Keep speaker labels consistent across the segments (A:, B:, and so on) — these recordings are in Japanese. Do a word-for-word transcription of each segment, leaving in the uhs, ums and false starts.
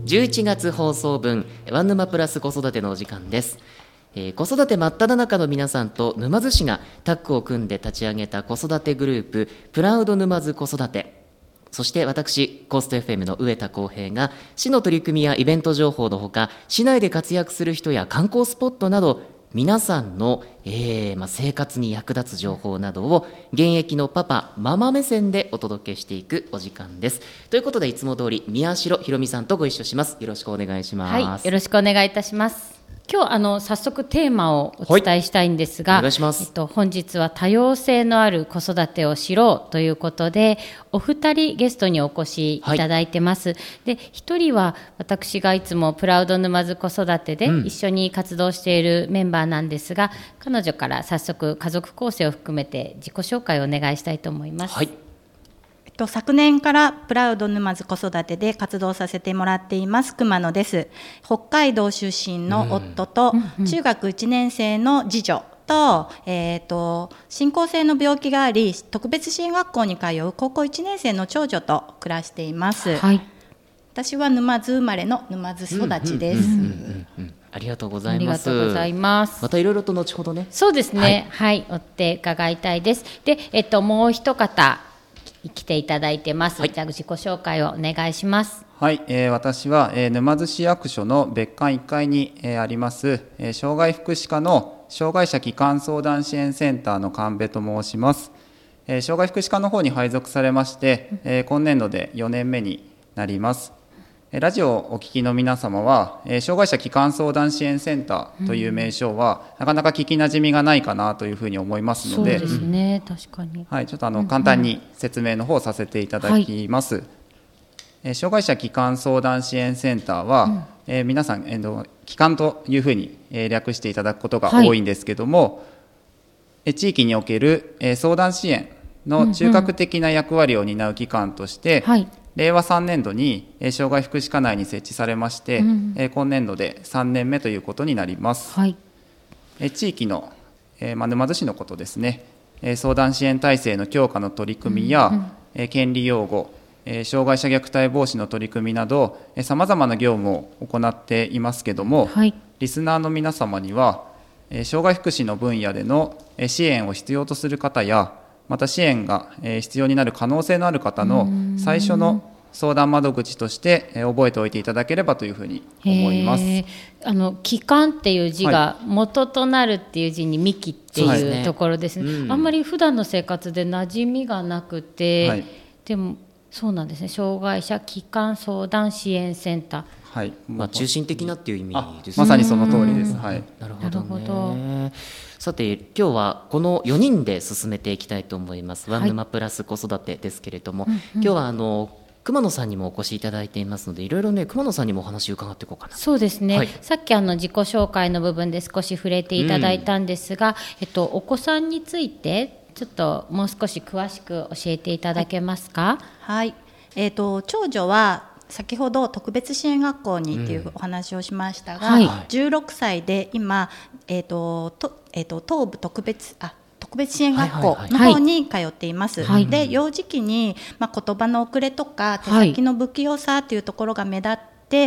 A: じゅういちがつ放送分ワンヌマプラス子育てのお時間です。えー、子育て真っ只中の皆さんと沼津市がタッグを組んで立ち上げた子育てグループプラウド沼津子育て、そして私コースト エフエム の上田浩平が市の取り組みやイベント情報のほか、市内で活躍する人や観光スポットなど皆さんの、えーまあ、生活に役立つ情報などを現役のパパママ目線でお届けしていくお時間です。ということでいつも通り宮代ひろみさんとご一緒します。よろしくお願いします。
B: はい、よろしくお願いいたします。今日あの早速テーマをお伝えしたいんですが、
A: はい、お願いします。
B: えっと、本日は多様性のある子育てを知ろうということでお二人ゲストにお越しいただいてます、はい、で一人は私がいつもプラウド沼津子育てで一緒に活動しているメンバーなんですが、うん、彼女から早速家族構成を含めて自己紹介をお願いしたいと思います。
A: はい、
C: 昨年からプラウド沼津子育てで活動させてもらっています熊野です。北海道出身の夫と、うん、中学いちねん生の次女と、えーと、進行性の病気があり特別支援学校に通う高校いちねん生の長女と暮らしています、はい、私は沼津生まれの沼津育ちです。
A: ありがとうございます。
B: ありがとうございます。
A: またいろいろと後ほどね。
B: そうですね、はい、はい、追って伺いたいです。で、えっと、もう一方来ていただいてます、はい、じゃあ自己紹介をお願いします。
D: はい、えー、私は、えー、沼津市役所の別館いっかいに、えー、あります、えー、障害福祉課の障害者帰還相談支援センターの神戸と申します、えー、障害福祉課の方に配属されまして、えー、今年度でよねんめになります。ラジオをお聞きの皆様は、えー、障害者帰還相談支援センターという名称は、うん、なかなか聞きなじみがないかなというふうに思いますので、
B: そうですね、確かに、
D: はい、ちょっとあの簡単に説明の方をさせていただきます、はい、えー、障害者帰還相談支援センターは、うん、えー、皆さん、えー、帰還というふうに、えー、略していただくことが多いんですけども、はい、えー、地域における、えー、相談支援の中核的な役割を担う機関として、うんうん、はい、れいわさんねんどに障害福祉課内に設置されまして、うん、今年度でさんねんめということになります、はい、地域の、えー、沼津市のことですね、相談支援体制の強化の取り組みや、うんうん、権利擁護、障害者虐待防止の取り組みなどさまざまな業務を行っていますけども、はい、リスナーの皆様には障害福祉の分野での支援を必要とする方やまた支援が必要になる可能性のある方の最初の相談窓口として覚えておいていただければというふうに思います。
B: あの帰還っていう字が元となるっていう字に幹っていうところですね、うん、あんまり普段の生活で馴染みがなくて、はい、でもそうなんですね、障害者帰還相談支援センター、
A: はい、まあ、中心的なっていう意味です
D: ね。まさにその通りです、はい、
A: なるほどね。さて今日はこのよにんで進めていきたいと思います、はい、ワンヌマプラス子育てですけれども、うんうん、今日はあの熊野さんにもお越しいただいていますのでいろいろね熊野さんにもお話を伺っていこうかな。
B: そうですね、はい、さっきあの自己紹介の部分で少し触れていただいたんですが、うん、えっと、お子さんについてちょっともう少し詳しく教えていただけますか。
C: はい、えーと、長女は先ほど特別支援学校にっていうお話をしましたが、うん、はい、じゅうろくさいで今、えーととえーと、東部特別あ特別支援学校の方に通っています、はいはいはい、で幼児期に、まあ、言葉の遅れとか手先の不器用さというところが目立って、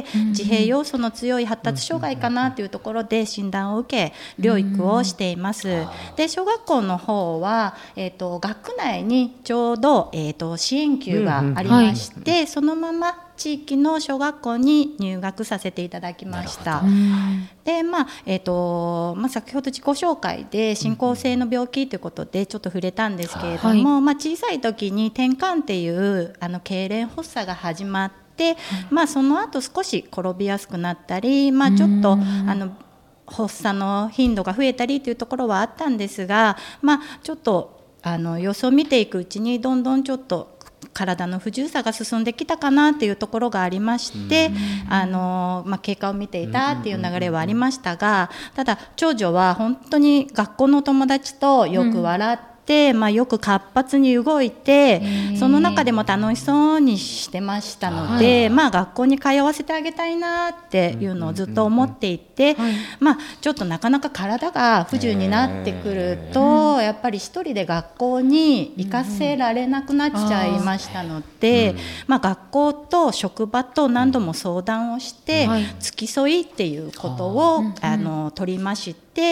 C: はい、自閉要素の強い発達障害かなというところで診断を受け療育をしています。で小学校の方は、えーと、学区内にちょうど、えーと、支援級がありまして、はい、そのまま地域の小学校に入学させていただきました。で、まあえーとまあ、先ほど自己紹介で進行性の病気ということでちょっと触れたんですけれども、はい、まあ、小さい時に転換っていうあの痙攣発作が始まって、まあ、その後少し転びやすくなったり、まあ、ちょっとあの発作の頻度が増えたりというところはあったんですが、まあ、ちょっとあの様子を見ていくうちにどんどんちょっと体の不自由さが進んできたかなというところがありまして、あの、まあ、経過を見ていたっていう流れはありましたが、ただ長女は本当に学校の友達とよく笑って、 て、まあ、よく活発に動いて、その中でも楽しそうにしてましたので、はい、まあ、学校に通わせてあげたいなっていうのをずっと思っていて、まあ、ちょっとなかなか体が不自由になってくるとやっぱり一人で学校に行かせられなくなっちゃいましたので、まあ、学校と職場と何度も相談をして付き添いっていうことをあの取りまして、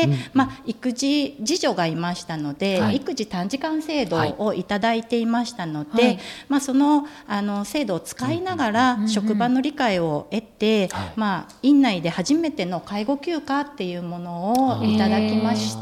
C: まあ、育児次女がいましたので、はい、育児短時間制度をいただいていましたので、はい、まあ、その、あの制度を使いながら職場の理解を得て、はい、まあ、院内で初めての介護休暇っていうものをいただきまして、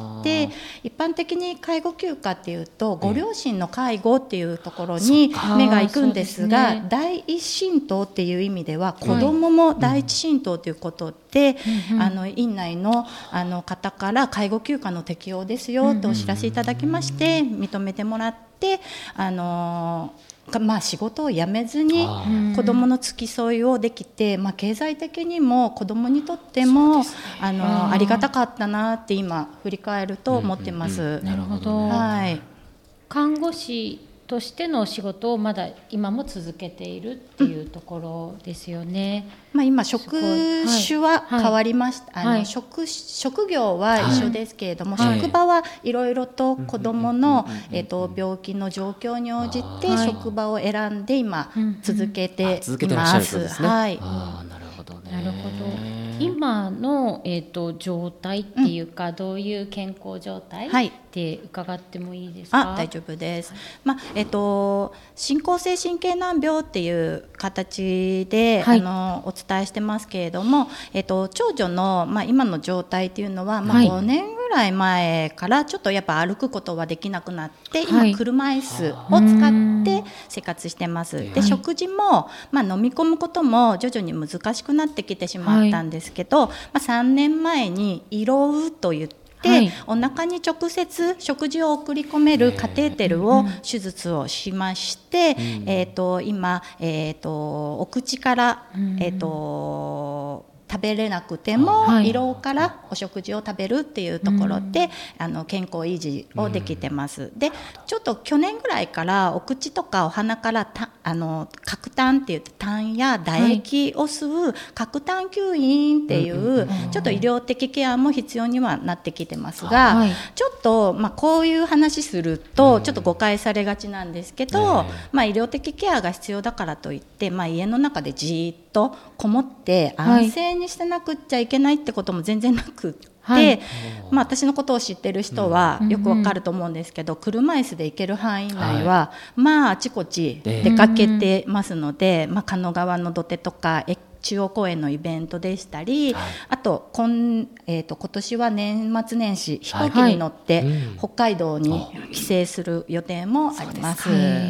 C: 一般的に介護休暇っていうとご両親の介護っていうところに目が行くんですが、ね、第一親等っていう意味では子どもも第一親等ということで、はい、あの院内の、あの方から介護休暇の適用ですよってお知らせいただきまして認めてもらって、あのまあ、仕事を辞めずに子どもの付き添いをできて、まあ、経済的にも子どもにとっても、ね、あのありがたかったなって今振り返ると思ってます。
B: うんうんうん、なるほど、はい、看護師としての仕事をまだ今も続けているっていうところですよね。
C: うん、まあ、今職種は変わりました、はいはい、あの 職, 職業は一緒ですけれども、はい、職場はいろいろと子どもの、えー、と病気の状況に応じて職場を選んで今続けています。
A: 続けてらっしゃるそうですね。
C: はい、
A: あ、なるほどね。
B: なるほど。今の、えー、と状態っていうか、うん、どういう健康状態、はい、って伺ってもいいですか？
C: あ、大丈夫です。まあ、えー、と進行性神経難病っていう形で、はい、あのお伝えしてますけれども、えー、と長女の、まあ、今の状態っていうのは、まあ、ごねんぐらい前からちょっとやっぱ歩くことはできなくなって、はい、今車椅子を使って生活してます。で、食事も、まあ、飲み込むことも徐々に難しくなってきてしまったんですけど、はい、まあ、さんねんまえに胃ろうといってはい、お腹に直接食事を送り込めるカテーテルを手術をしまして、うん、えー、と今、えー、とお口から、えー、と食べれなくても、はい、胃ろうからお食事を食べるっていうところで、うん、あの健康維持をできてます。うん、でちょっと去年ぐらいからお口とかお鼻からたあの角炭って言って痰や唾液を吸う角炭吸引っていう、はい、ちょっと医療的ケアも必要にはなってきてますが、はい、ちょっと、まあ、こういう話するとちょっと誤解されがちなんですけど、うん、まあ、医療的ケアが必要だからといって、まあ、家の中でじっとこもって安静にしてなくっちゃいけないってことも全然なくって、はい、まあ、私のことを知ってる人はよくわかると思うんですけど、うん、車椅子で行ける範囲内は、はい、まああちこち出かけてますので、まあ、狩野川の土手とか中央公園のイベントでしたり、はい、あと 今,、えー、と今年は年末年始飛行機に乗って北海道に帰省する予定もあります。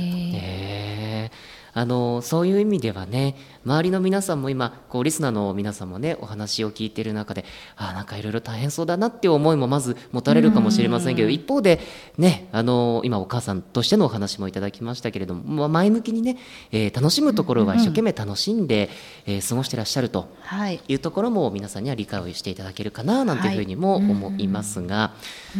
A: あのそういう意味ではね、周りの皆さんも今こうリスナーの皆さんもねお話を聞いている中で、あなんかいろいろ大変そうだなっていう思いもまず持たれるかもしれませんけど、一方でね、あの今お母さんとしてのお話もいただきましたけれども、まあ、前向きにね、えー、楽しむところは一生懸命楽しんで、えー、過ごしてらっしゃるというところも皆さんには理解をしていただけるかななんていうふうにも思いますが、はい、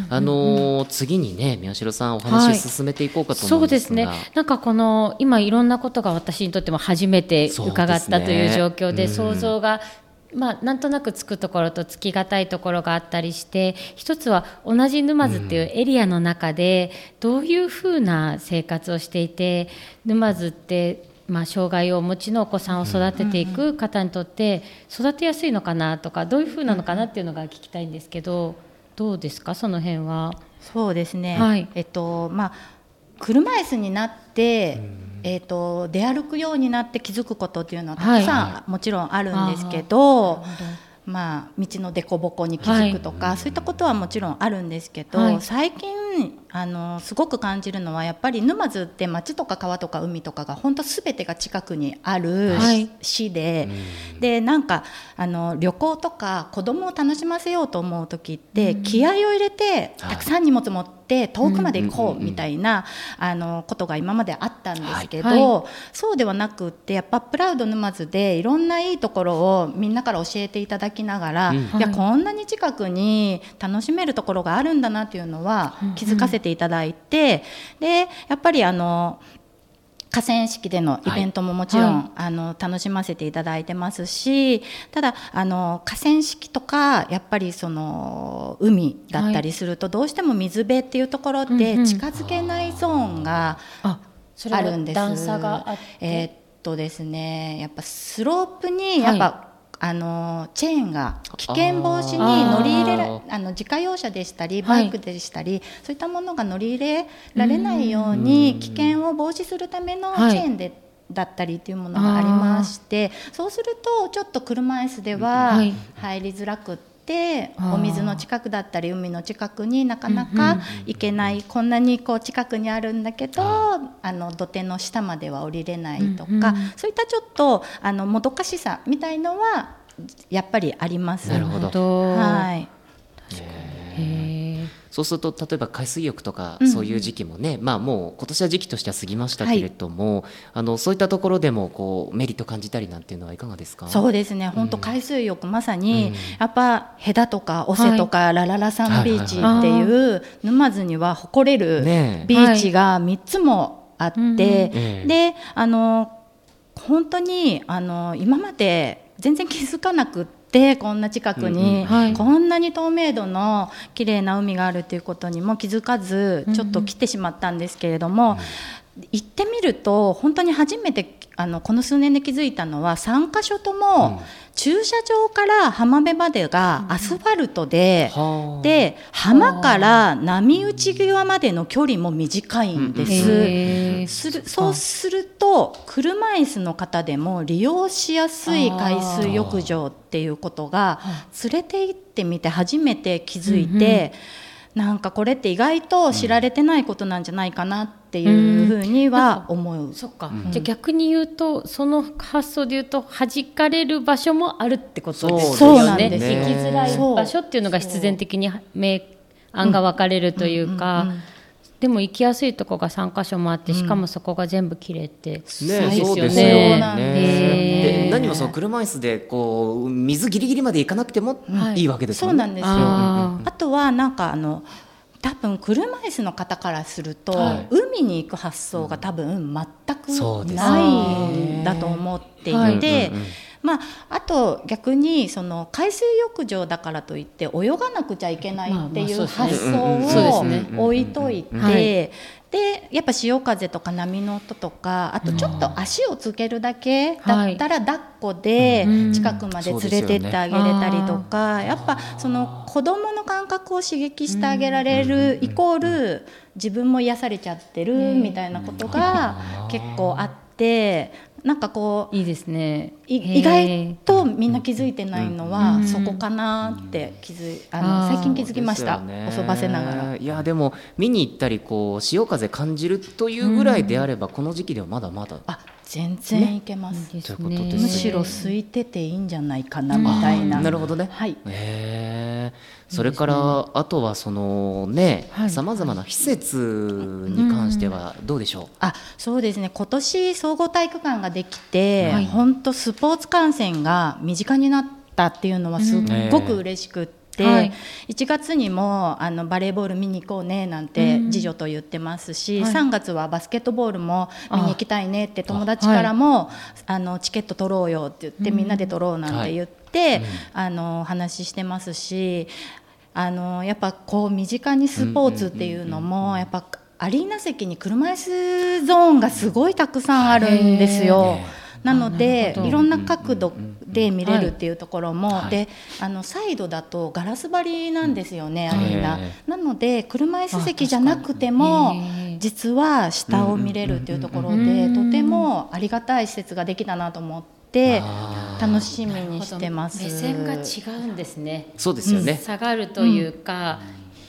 A: あの次にね宮代さんお話進めていこうかと思うんですが、はい、
B: そうですね、なんかこの今いろんなことが私にとっても初めて伺ったという状況で、想像が、まあ、なんとなくつくところとつきがたいところがあったりして、一つは同じ沼津っていうエリアの中でどういうふうな生活をしていて、沼津ってまあ障害をお持ちのお子さんを育てていく方にとって育てやすいのかなとか、どういうふうなのかなっていうのが聞きたいんですけど、どうですかその辺は。
C: そうですね、はい、えっとまあ、車椅子になって、えー、と出歩くようになって気づくことっていうのはたくさん、はい、もちろんあるんですけど、まあ、道の凸凹に気づくとか、はい、そういったことはもちろんあるんですけど、はい、最近あのすごく感じるのはやっぱり沼津って町とか川とか海とかが本当全てが近くにある市で、はい、でなんかあの旅行とか子供を楽しませようと思う時って気合を入れてたくさん荷物持ってって遠くまで行こうみたいなあのことが今まであったんですけど、
B: はいはい、
C: そうではなくってやっぱプラウド沼津でいろんないいところをみんなから教えていただきながら、うん、いやこんなに近くに楽しめるところがあるんだなっていうのは気づかせていただいて、うんうん、でやっぱりあの河川敷でのイベントももちろん、はい、あの楽しませていただいてますし、ただあの河川敷とかやっぱりその海だったりすると、はい、どうしても水辺っていうところって近づけないゾーンがあるんです。
B: 段差があって、
C: えー、っとですねやっぱスロープにやっぱ、はいあのチェーンが危険防止に乗り入れらあの自家用車でしたりバイクでしたり、はい、そういったものが乗り入れられないように危険を防止するためのチェーンで、はい、だったりっていうものがありまして、そうするとちょっと車椅子では入りづらくって、はい、お水の近くだったり海の近くになかなか行けない、うんうん、こんなにこう近くにあるんだけどあの土手の下までは降りれないとか、うんうん、そういったちょっとあのもどかしさみたいのはやっぱりあります。
A: なるほど、
C: はい、
A: 確かに。そうすると例えば海水浴とかそういう時期もね、うん、まあもう今年は時期としては過ぎましたけれども、はい、あのそういったところでもこうメリット感じたりなんていうのはいかがですか？
C: そうですね、本当海水浴、うん、まさにやっぱ戸田とか尾瀬とか、はい、ラララサンビーチっていう沼津には誇れるビーチがみっつもあって、ね、であの本当にあの今まで全然気づかなくってでこんな近くに、うんうんはい、こんなに透明度の綺麗な海があるということにも気づかずちょっと来てしまったんですけれども、うんうん、行ってみると本当に初めてあのこの数年で気づいたのはさんかしょとも、うん、駐車場から浜辺までがアスファルトで、うん、で浜から波打ち際までの距離も短いんです、うんうん、するそうすると車椅子の方でも利用しやすい海水浴場っていうことが連れて行ってみて初めて気づいて、うんうん、なんかこれって意外と知られてないことなんじゃないかなっていうふうには思う、うん、
B: そっか、うん、じゃあ逆に言うとその発想で言うと弾かれる場所もあるってことですよね。
C: そうなんですね。
B: 行きづらい場所っていうのが必然的に明暗が分かれるというか、うんうんうんうん、でも行きやすいとこがさんかしょもあって、しかもそこが全部綺麗って、うん、
A: そうですよね。そうなんですよね。で何もその車椅子でこう水ギリギリまで行かなくてもいいわけですよね、はい、
C: そうなんですよ。 あ, あとはなんかあの多分車椅子の方からすると、はい、海に行く発想が多分全くないんだと思っていて、はい、まあ、あと逆にその海水浴場だからといって泳がなくちゃいけないっていう発想を置いといて、でやっぱ潮風とか波の音とか、あとちょっと足をつけるだけだったら抱っこで近くまで連れてってあげれたりとか、やっぱその子どもの感覚を刺激してあげられるイコール自分も癒されちゃってるみたいなことが結構あって、なんかこう
B: いいですね。
C: 意外とみんな気づいてないのはそこかなって気づいあの最近気づきました。おそばせながら。
A: いやでも見に行ったりこう潮風感じるというぐらいであれば、この時期ではまだまだ
C: あ全然いけます、ね、ということですね。むしろ空いてていいんじゃないかなみたいな。
A: なるほどね、
C: はい、
A: へそれから、ね、あとはそのねさまざまな施設に関してはどうでしょう。うん、
C: あそうですね、今年総合体育館ができて、はい、本当スポーツ観戦が身近になったっていうのはすっごく嬉しくって、はい、いちがつにもあのバレーボール見に行こうねなんて次女と言ってますし、はい、さんがつはバスケットボールも見に行きたいねって友達からも あ、はい、あのチケット取ろうよって言って、みんなで取ろうなんて言って、はい、あの話してますし、あのやっぱこう身近にスポーツっていうのもやっぱアリーナ席に車椅子ゾーンがすごいたくさんあるんですよ。なのでいろんな角度で見れるっていうところも、はい、であのサイドだとガラス張りなんですよね、アリーナ。なので車椅子席じゃなくても実は下を見れるっていうところで、とてもありがたい施設ができたなと思って楽しみにしてます。
B: 目線が違うんですね。
A: そうですよね。
B: 下がるというか、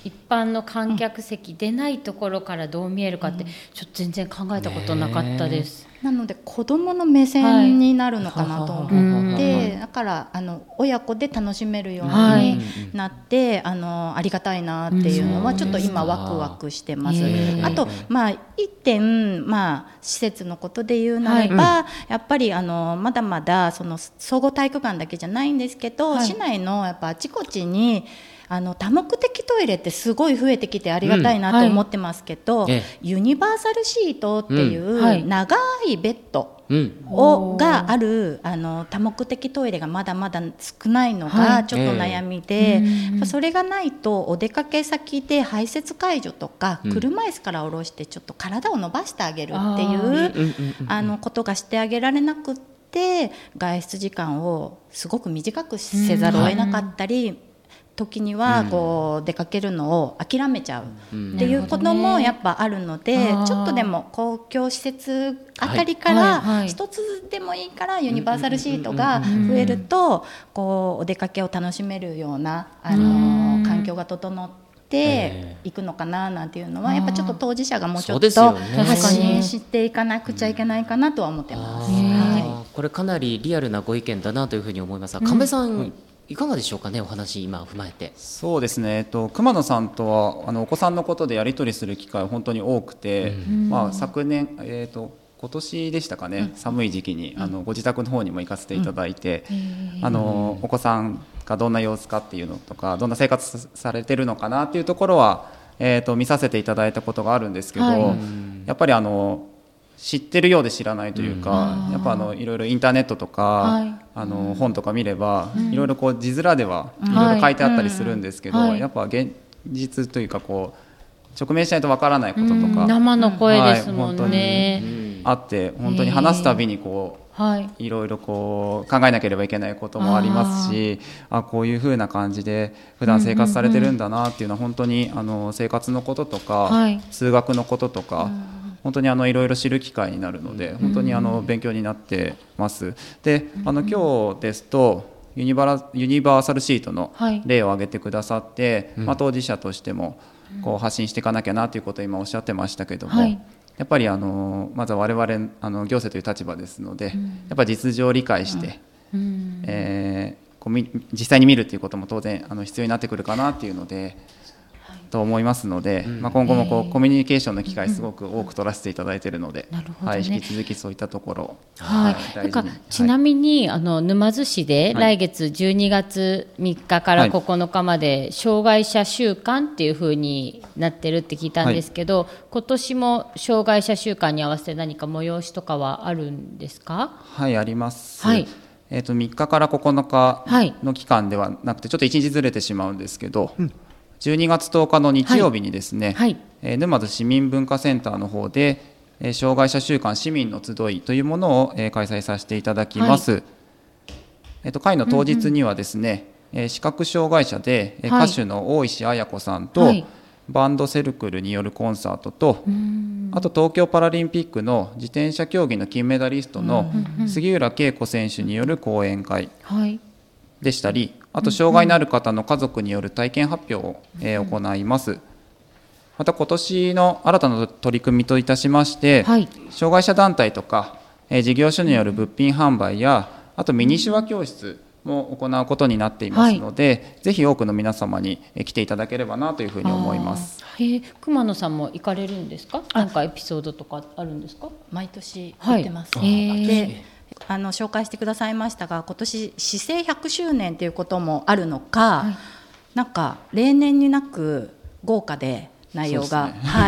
B: 一般の観客席でないところからどう見えるかって、うん、ちょっと全然考えたことなかったです。
C: なので子どもの目線になるのかなと思って、はい、だからあの親子で楽しめるようになって、はい、あのありがたいなっていうのはちょっと今ワクワクしてます。あと、まあ、一点、まあ、施設のことで言うなれば、はい、やっぱりあのまだまだその総合体育館だけじゃないんですけど、はい、市内のやっぱあちこちにあの多目的トイレってすごい増えてきてありがたいなと思ってますけど、うんはい、ユニバーサルシートっていう長いベッドをがあるあの多目的トイレがまだまだ少ないのがちょっと悩みで、はい、それがないとお出かけ先で排泄介助とか、うん、車椅子から下ろしてちょっと体を伸ばしてあげるっていうあのことがしてあげられなくって外出時間をすごく短くせざるを得なかったり、うん時にはこう出かけるのを諦めちゃうっていうこともやっぱあるので、ちょっとでも公共施設あたりから一つでもいいからユニバーサルシートが増えるとこうお出かけを楽しめるようなあの環境が整っていくのかななんていうのはやっぱちょっと当事者がもうちょっと発信していかなくちゃいけないかなとは思ってます。はい、
A: これかなりリアルなご意見だなというふうに思いますが、神戸さん、はいいかがでしょうかね、お話今踏まえて。
D: そうですね、えっと、熊野さんとはあのお子さんのことでやり取りする機会本当に多くて、うんまあ、昨年、えー、と今年でしたかね、うん、寒い時期にあのご自宅の方にも行かせていただいて、うん、あのお子さんがどんな様子かっていうのとかどんな生活されてるのかなっていうところは、えー、と見させていただいたことがあるんですけど、はい、やっぱりあの知ってるようで知らないというか、うん、やっぱあのいろいろインターネットとか、はい、あの本とか見れば、うん、いろいろこう字面ではいろいろ書いてあったりするんですけど、はい、やっぱ現実というかこう直面しないとわからないこととか、うん、
B: 生の声ですもんね、
D: はい、本当にあって本当に話すたびにこう、はい、いろいろこう考えなければいけないこともありますし、あこういう風な感じで普段生活されてるんだなっていうのは本当にあの生活のこととか、はい、通学のこととか、うん本当にあのいろいろ知る機会になるので本当にあの勉強になってます。であの今日ですとユニバラ、ユニバーサルシートの例を挙げてくださって、はいまあ、当事者としてもこう発信していかなきゃなということを今おっしゃってましたけども、はい、やっぱりあのまずは我々あの行政という立場ですのでやっぱり実情を理解して、うんえー、こう実際に見るということも当然あの必要になってくるかなというのでと思いますので、うんまあ、今後もこう、えー、コミュニケーションの機会すごく多く取らせていただいているので、うんねはい、引き続きそういったところ、
B: はいはい、なんかちなみに、はい、あの沼津市で来月じゅうにがつみっかからここのかまで障害者週間っていう風になってるって聞いたんですけど、はい、今年も障害者週間に合わせて何か催しとかはあるんですか？
D: はいあります、はいえー、とみっかからここのかの期間ではなくてちょっといちにちずれてしまうんですけど、うんじゅうにがつとおかの日曜日にですね、はいはいえー、沼津市民文化センターの方で、えー、障害者週間市民の集いというものを、えー、開催させていただきます、はいえー、と会の当日にはですね、うんうんえー、視覚障害者で、えー、歌手の大石彩子さんと、はい、バンドセルクルによるコンサートとあと東京パラリンピックの自転車競技の金メダリストの杉浦恵子選手による講演会でしたり、あと障害のある方の家族による体験発表を、えー、行います。また今年の新たな取り組みといたしまして、はい、障害者団体とか、えー、事業所による物品販売やあとミニ手話教室も行うことになっていますので、はい、ぜひ多くの皆様に来ていただければなというふうに思います。
B: へー熊野さんも行かれるんですか？なんかエピソードとかあるんですか？
C: 毎年行ってます、はい、であの紹介してくださいましたが今年市政ひゃくしゅうねんということもあるのか、はい、なんか例年になく豪華で内容が、ねはい、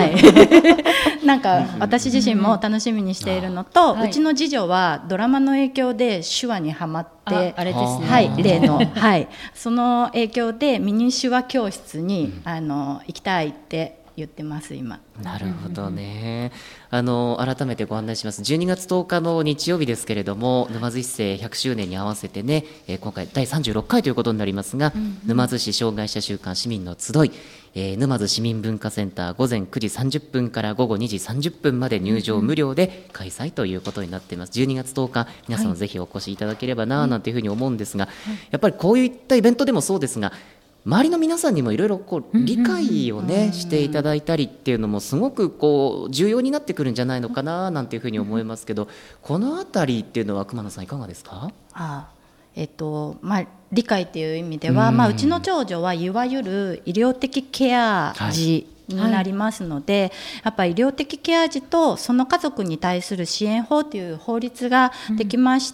C: なんか私自身も楽しみにしているのと、うん、うちの次女はドラマの影響で手話にハマって、
B: あれですね、
C: はい、例の、はい、その影響でミニ手話教室に、うん、あの行きたいって言ってます今。
A: なるほどね。あの改めてご案内します。じゅうにがつとおかの日曜日ですけれども沼津市政ひゃくしゅうねんに合わせてね、えー、今回だいさんじゅうろっかいということになりますが、うんうん、沼津市障害者週間市民の集い、えー、沼津市民文化センターごぜんくじさんじゅっぷんからごごにじさんじゅっぷんまで入場無料で開催ということになっています。じゅうにがつとおか皆さんぜひお越しいただければななんていうふうに思うんですが、はい、やっぱりこういったイベントでもそうですが周りの皆さんにもいろいろこう理解をねしていただいたりっていうのもすごくこう重要になってくるんじゃないのかななんていうふうに思いますけど、このあたりっていうのは熊野さんいかがですか？
C: あえっとまあ、理解っていう意味では、うんまあ、うちの長女はいわゆる医療的ケア児になりますので、はい、やっぱり医療的ケア児とその家族に対する支援法という法律ができまして、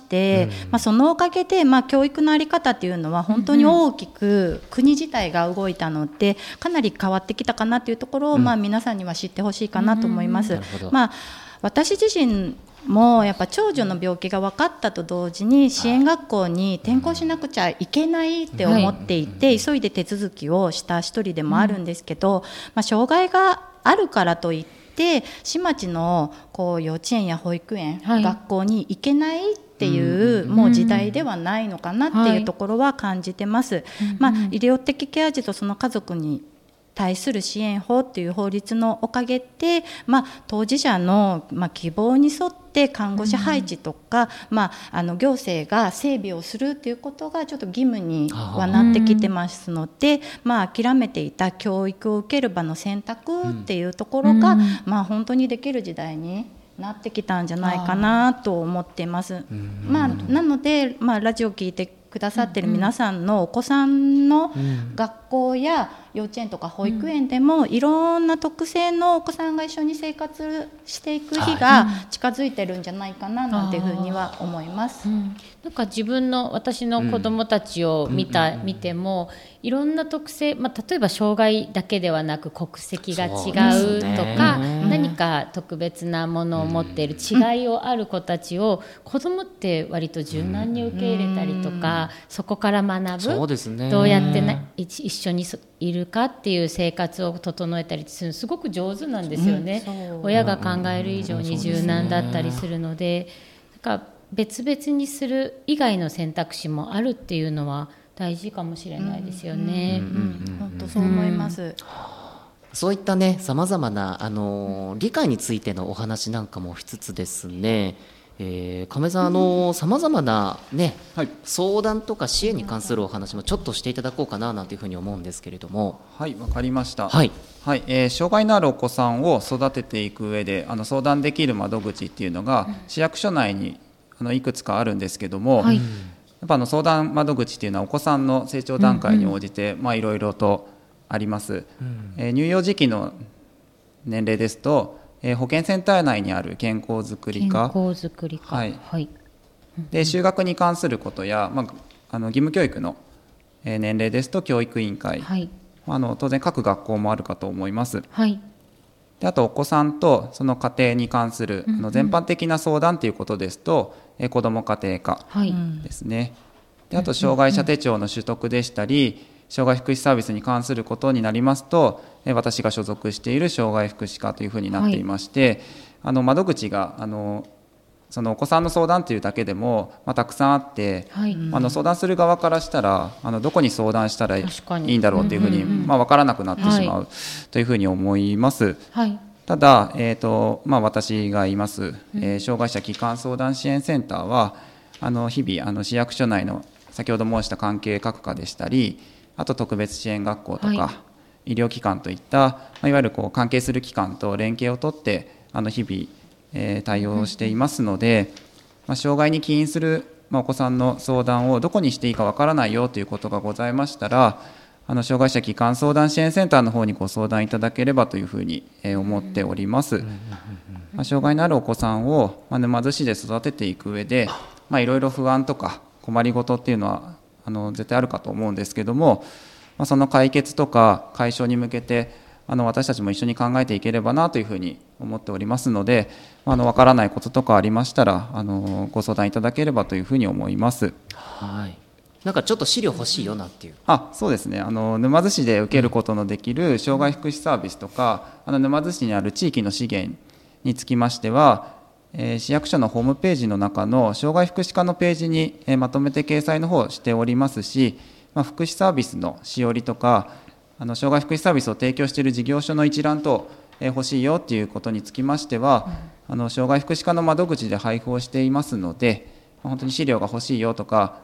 C: うんまあ、そのおかげで、まあ、教育の在り方っていうのは本当に大きく国自体が動いたのでかなり変わってきたかなというところを、うんまあ、皆さんには知ってほしいかなと思います。うんまあ、私自身もやっぱ長女の病気が分かったと同時に支援学校に転校しなくちゃいけないって思っていて、はい、急いで手続きをした一人でもあるんですけど、まあ、障害があるからといって市町のこう幼稚園や保育園、はい、学校に行けないっていうもう時代ではないのかなっていうところは感じてます、はいまあ、医療的ケア児とその家族に対する支援法っていう法律のおかげで、まあ、当事者の、まあ、希望に沿って看護師配置とか、うんまあ、あの行政が整備をするっていうことがちょっと義務にはなってきてますので、まあ、諦めていた教育を受ける場の選択っていうところが、うんまあ、本当にできる時代になってきたんじゃないかなと思っています。まあ、なので、まあ、ラジオ聞いてくださってる皆さんのお子さんの学校や幼稚園とか保育園でもいろんな特性のお子さんが一緒に生活していく日が近づいてるんじゃないかななんていうふうには思います、うん、
B: なんか自分の私の子どもたちを見た、うん、見てもいろんな特性、まあ、例えば障害だけではなく国籍が違うとか、ね、何か特別なものを持っている違いをある子たちを子どもって割と柔軟に受け入れたりとか、うん、そこから学ぶ、そうですね、どうやってな一緒にいるかっていう生活を整えたりするすごく上手なんですよね、うん、親が考える以上に柔軟だったりするので、なんか別々にする以外の選択肢もあるっていうのは大事かもしれないですよね。
C: 本当そう思います、うん、
A: そういったねさまざまなあの理解についてのお話なんかもしつつですね、えー、亀さん、あのさまざまな、ねはい、相談とか支援に関するお話もちょっとしていただこうかななんていうふうに思うんですけれども。
D: はい、わかりました、
A: はい
D: はいえー、障害のあるお子さんを育てていく上であの相談できる窓口っていうのが市役所内にあのいくつかあるんですけども、はい、やっぱあの相談窓口っていうのはお子さんの成長段階に応じていろいろとあります、うんえー、乳幼児期の年齢ですとえー、保健センター内にある健康づくり課、
B: 健康づくり課、はいはい、
D: で就学に関することや、まあ、あの義務教育の、えー、年齢ですと教育委員会、はい、あの当然各学校もあるかと思います、はい、であとお子さんとその家庭に関する、うんうん、あの全般的な相談ということですと、えー、子ども家庭課ですね、はい、であと障害者手帳の取得でしたり障害福祉サービスに関することになりますと私が所属している障害福祉課というふうになっていまして、はい、あの窓口があのそのお子さんの相談というだけでも、まあ、たくさんあって、はい、あの相談する側からしたらあのどこに相談したらいいんだろうというふうに、うんうんうんまあ、分からなくなってしまう、はい、というふうに思います、はい、ただ、えーとまあ、私がいます、えー、障害者基幹相談支援センターはあの日々あの市役所内の先ほど申した関係各課でしたりあと特別支援学校とか、はい、医療機関といった、まあ、いわゆるこう関係する機関と連携をとってあの日々、えー、対応していますので、まあ、障害に起因する、まあ、お子さんの相談をどこにしていいかわからないよということがございましたらあの障害者基幹相談支援センターの方にご相談いただければというふうに、えー、思っております、まあ、障害のあるお子さんを、まあ、沼津市で育てていく上でいろいろ不安とか困りごとっていうのはあの絶対あるかと思うんですけども、まあ、その解決とか解消に向けてあの私たちも一緒に考えていければなというふうに思っておりますのであの分からないこととかありましたらあのご相談いただければというふうに思います。
A: はい、なんかちょっと資料欲しいよなっていう
D: あそうですねあの沼津市で受けることのできる障害福祉サービスとかあの沼津市にある地域の資源につきましてはえー、市役所のホームページの中の障害福祉課のページに、えー、まとめて掲載の方をしておりますし、まあ、福祉サービスのしおりとかあの障害福祉サービスを提供している事業所の一覧と、えー、欲しいよということにつきましては、うん、あの障害福祉課の窓口で配布をしていますので、まあ、本当に資料が欲しいよとか、まあ、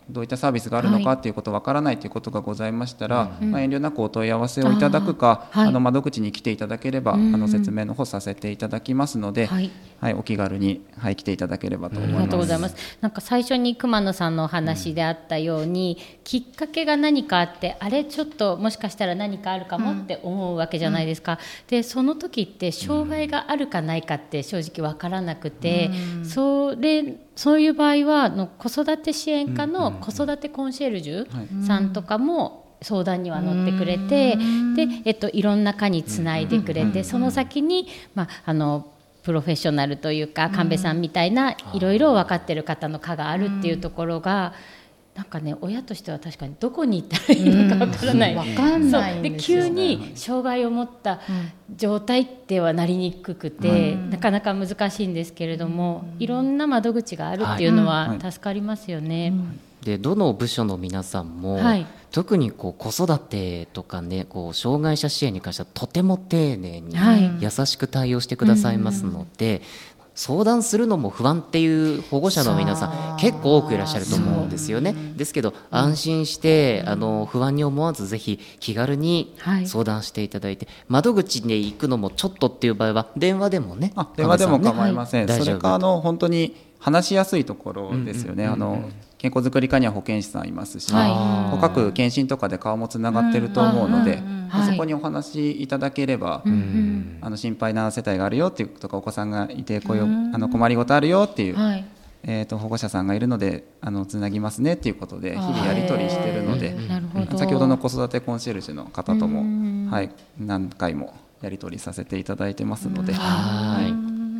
D: どういったサービスがあるのかということわからないということがございましたら、
B: うん
D: まあ、遠慮なくお問い合わせをいただくか、あ、
B: はい、
D: あの窓口に来ていただければ、
B: うん、
D: あの説明の方させていただきますので、はいはい、お気軽に、はい、来ていただければと思います。
B: ありがとうございます。なんか最初に熊野さんのお話であったように、うん、きっかけが何かあってあれちょっともしかしたら何かあるかもって思うわけじゃないですか、うん、でその時って障害があるかないかって正直分からなくて、うん、それそういう場合はの子育て支援課の子育てコンシェルジュさんとかも相談には乗ってくれて、で、えっと、いろんな課につないでくれて、その先に、まあ、あのプロフェッショナルというか神戸さんみたいないろいろ分かってる方の課があるっていうところが、なんかね、親としては確かにどこに行ったらいいのか分からない、
C: うん、分かんないん
B: で
C: ですよね。
B: 急に障害を持った状態ではなりにくくて、うん、なかなか難しいんですけれども、うん、いろんな窓口があるっていうのは助かりますよね、はいはい、
A: でどの部署の皆さんも、はい、特にこう子育てとかね、こう障害者支援に関してはとても丁寧に優しく対応してくださいますので、はい、相談するのも不安っていう保護者の皆さん結構多くいらっしゃると思うんですよね。ですけど安心して、うん、あの不安に思わずぜひ気軽に相談していただいて、はい、窓口に行くのもちょっとっていう場合は電話でもね、
D: あ電話でも構いません、
A: ね、はい、
D: それかあの本当に話しやすいところですよね、うんうんうんうん、あの健康づくり課には保健師さんいますし、はい、各検診とかで顔もつながってると思うので、うんうんうん、そこにお話しいただければ、はい、あの心配な世帯があるよっていうとかお子さんがいてこういう、うん、あの困りごとあるよっていう、はい、えー、と保護者さんがいるのであのつなぎますねっていうことで日々やり取りしているので、先ほどの子育てコンシェルジュの方とも、はい、何回もやり取りさせていただいてますので、はい、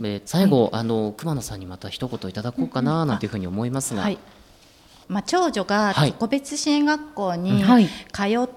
A: で最後、はい、あの熊野さんにまた一言いただこうかななんていうふうに思いますが、はい、
C: まあ、長女が特別支援学校に通って、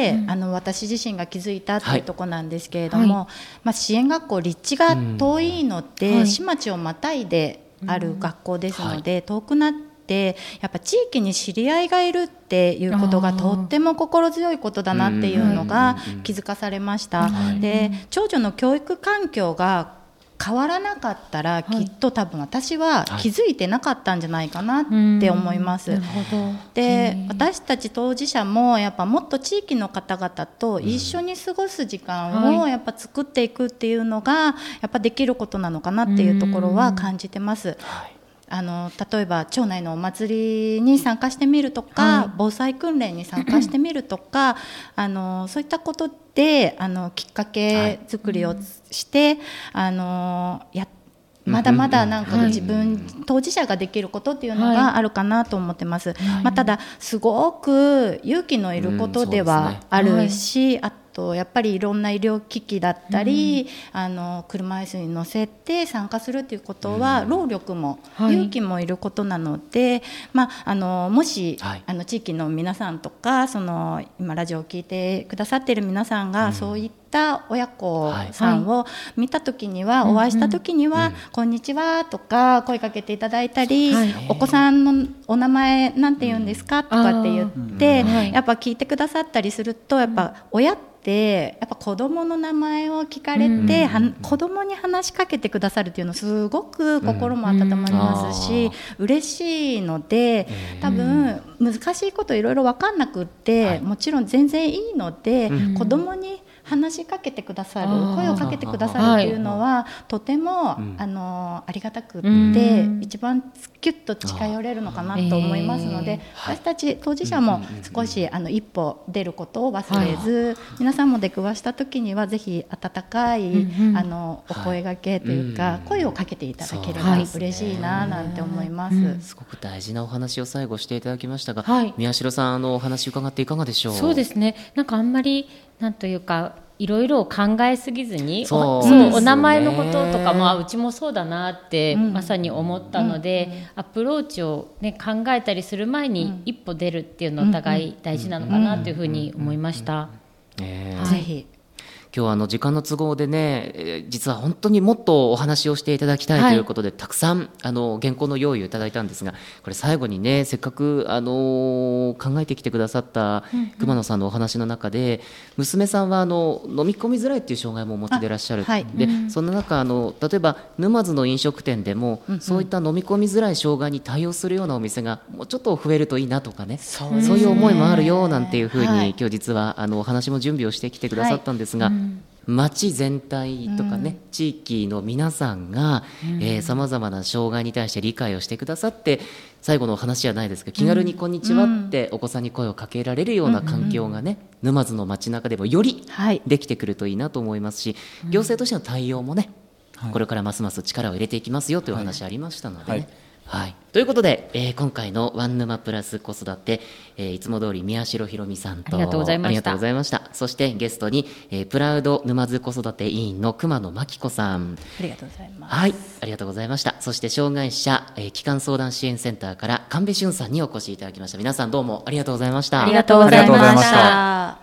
C: はい、あの私自身が気づいたっていうところなんですけれども、はい、まあ、支援学校立地が遠いので、うん、はい、市町をまたいである学校ですので、うん、はい、遠くなってやっぱ地域に知り合いがいるっていうことがとっても心強いことだなっていうのが気づかされました、はい、で長女の教育環境が変わらなかったらきっと多分私は気づいてなかったんじゃないかなって思います、はい、で私たち当事者もやっぱもっと地域の方々と一緒に過ごす時間をやっぱ作っていくっていうのがやっぱできることなのかなっていうところは感じてます。あの例えば町内のお祭りに参加してみるとか、はい、防災訓練に参加してみるとかあのそういったことであのきっかけ作りをして、はい、あのやまだまだなんか自分、はい、当事者ができることっていうのがあるかなと思ってます、はい、まあ、ただすごく勇気のいることではあるし、うん、あとやっぱりいろんな医療機器だったり、うん、あの車椅子に乗せて参加するということは、うん、労力も、はい、勇気もいることなので、まあ、あのもし、はい、あの地域の皆さんとかその今ラジオを聞いてくださっている皆さんが、うん、そういった親子さんを見た時には、はい、お会いした時には、うん、こんにちはとか声かけていただいたり、はい、お子さんのお名前なんて言うんですかとかって言って、うん、やっぱ聞いてくださったりするとやっぱ親ってでやっぱ子どもの名前を聞かれて、うん、子どもに話しかけてくださるっていうのすごく心も温まりますし、うん、嬉しいので多分難しいこといろいろ分かんなくって、はい、もちろん全然いいので、うん、子どもに話しかけてくださる声をかけてくださるっていうのはとても、うん、あのありがたくって、うん、一番キュッと近寄れるのかなと思いますので、えー、私たち当事者も少しあの一歩出ることを忘れず、はい、皆さんも出くわした時にはぜひ温かい、うん、あのお声掛けというか、はい、声をかけていただければ嬉しいななんて思います、
A: うん、すごく大事なお話を最後していただきましたが、はい、宮代さんあのお話伺っていかがでしょう。
B: そうですね、なんかあんまりなんというかいろいろ考えすぎずにそう、そうお名前のこととかもうちもそうだなってまさに思ったので、うんうん、アプローチを、ね、考えたりする前に一歩出るっていうのお互い大事なのかなというふうに思いました。
C: ぜひ
A: 今日はあの時間の都合でね、えー実は本当にもっとお話をしていただきたい
B: はい
A: ということで、たくさんあの原稿の用意をいただいたんですが、これ最後にね、せっかくあの考えてきてくださった熊野さんのお話の中で、娘さんはあの飲み込みづらいっていう障害もお持ちでいらっしゃる、
C: あはい
A: でそんな中あの例えば沼津の飲食店でも、そういった飲み込みづらい障害に対応するようなお店がもうちょっと増えるといいなとかね、
C: そう
A: そういう思いもあるよなんていうふうに、
C: はい
A: 今日実はあのお話も準備をしてきてくださったんですが、町全体とかね、地域の皆さんがさまざまな障害に対して理解をしてくださって、最後のお話じゃないですが、気軽にこんにちはってお子さんに声をかけられるような環境がね、沼津の街中でもより
C: はい
A: できてくるといいなと思いますし、行政としての対応もね、
D: はい
A: これからますます力を入れていきますよというお話ありましたのでね。
D: はい
A: はい、ということで、えー今回のワンヌマプラス子育て、えーいつも通り宮代ひろみさんと
B: ありがとうございました
A: ありがとうございました。そしてゲストに、えープラウド沼津子育て委員の熊野真紀子さん、
C: ありがとうございます。
A: はい、ありがとうございました。そして障害者、えー、機関相談支援センターから神戸俊さんにお越しいただきました。皆さんどうもありがとうございました。
B: ありがとうございま
D: ありがとうございま
B: し
D: したた。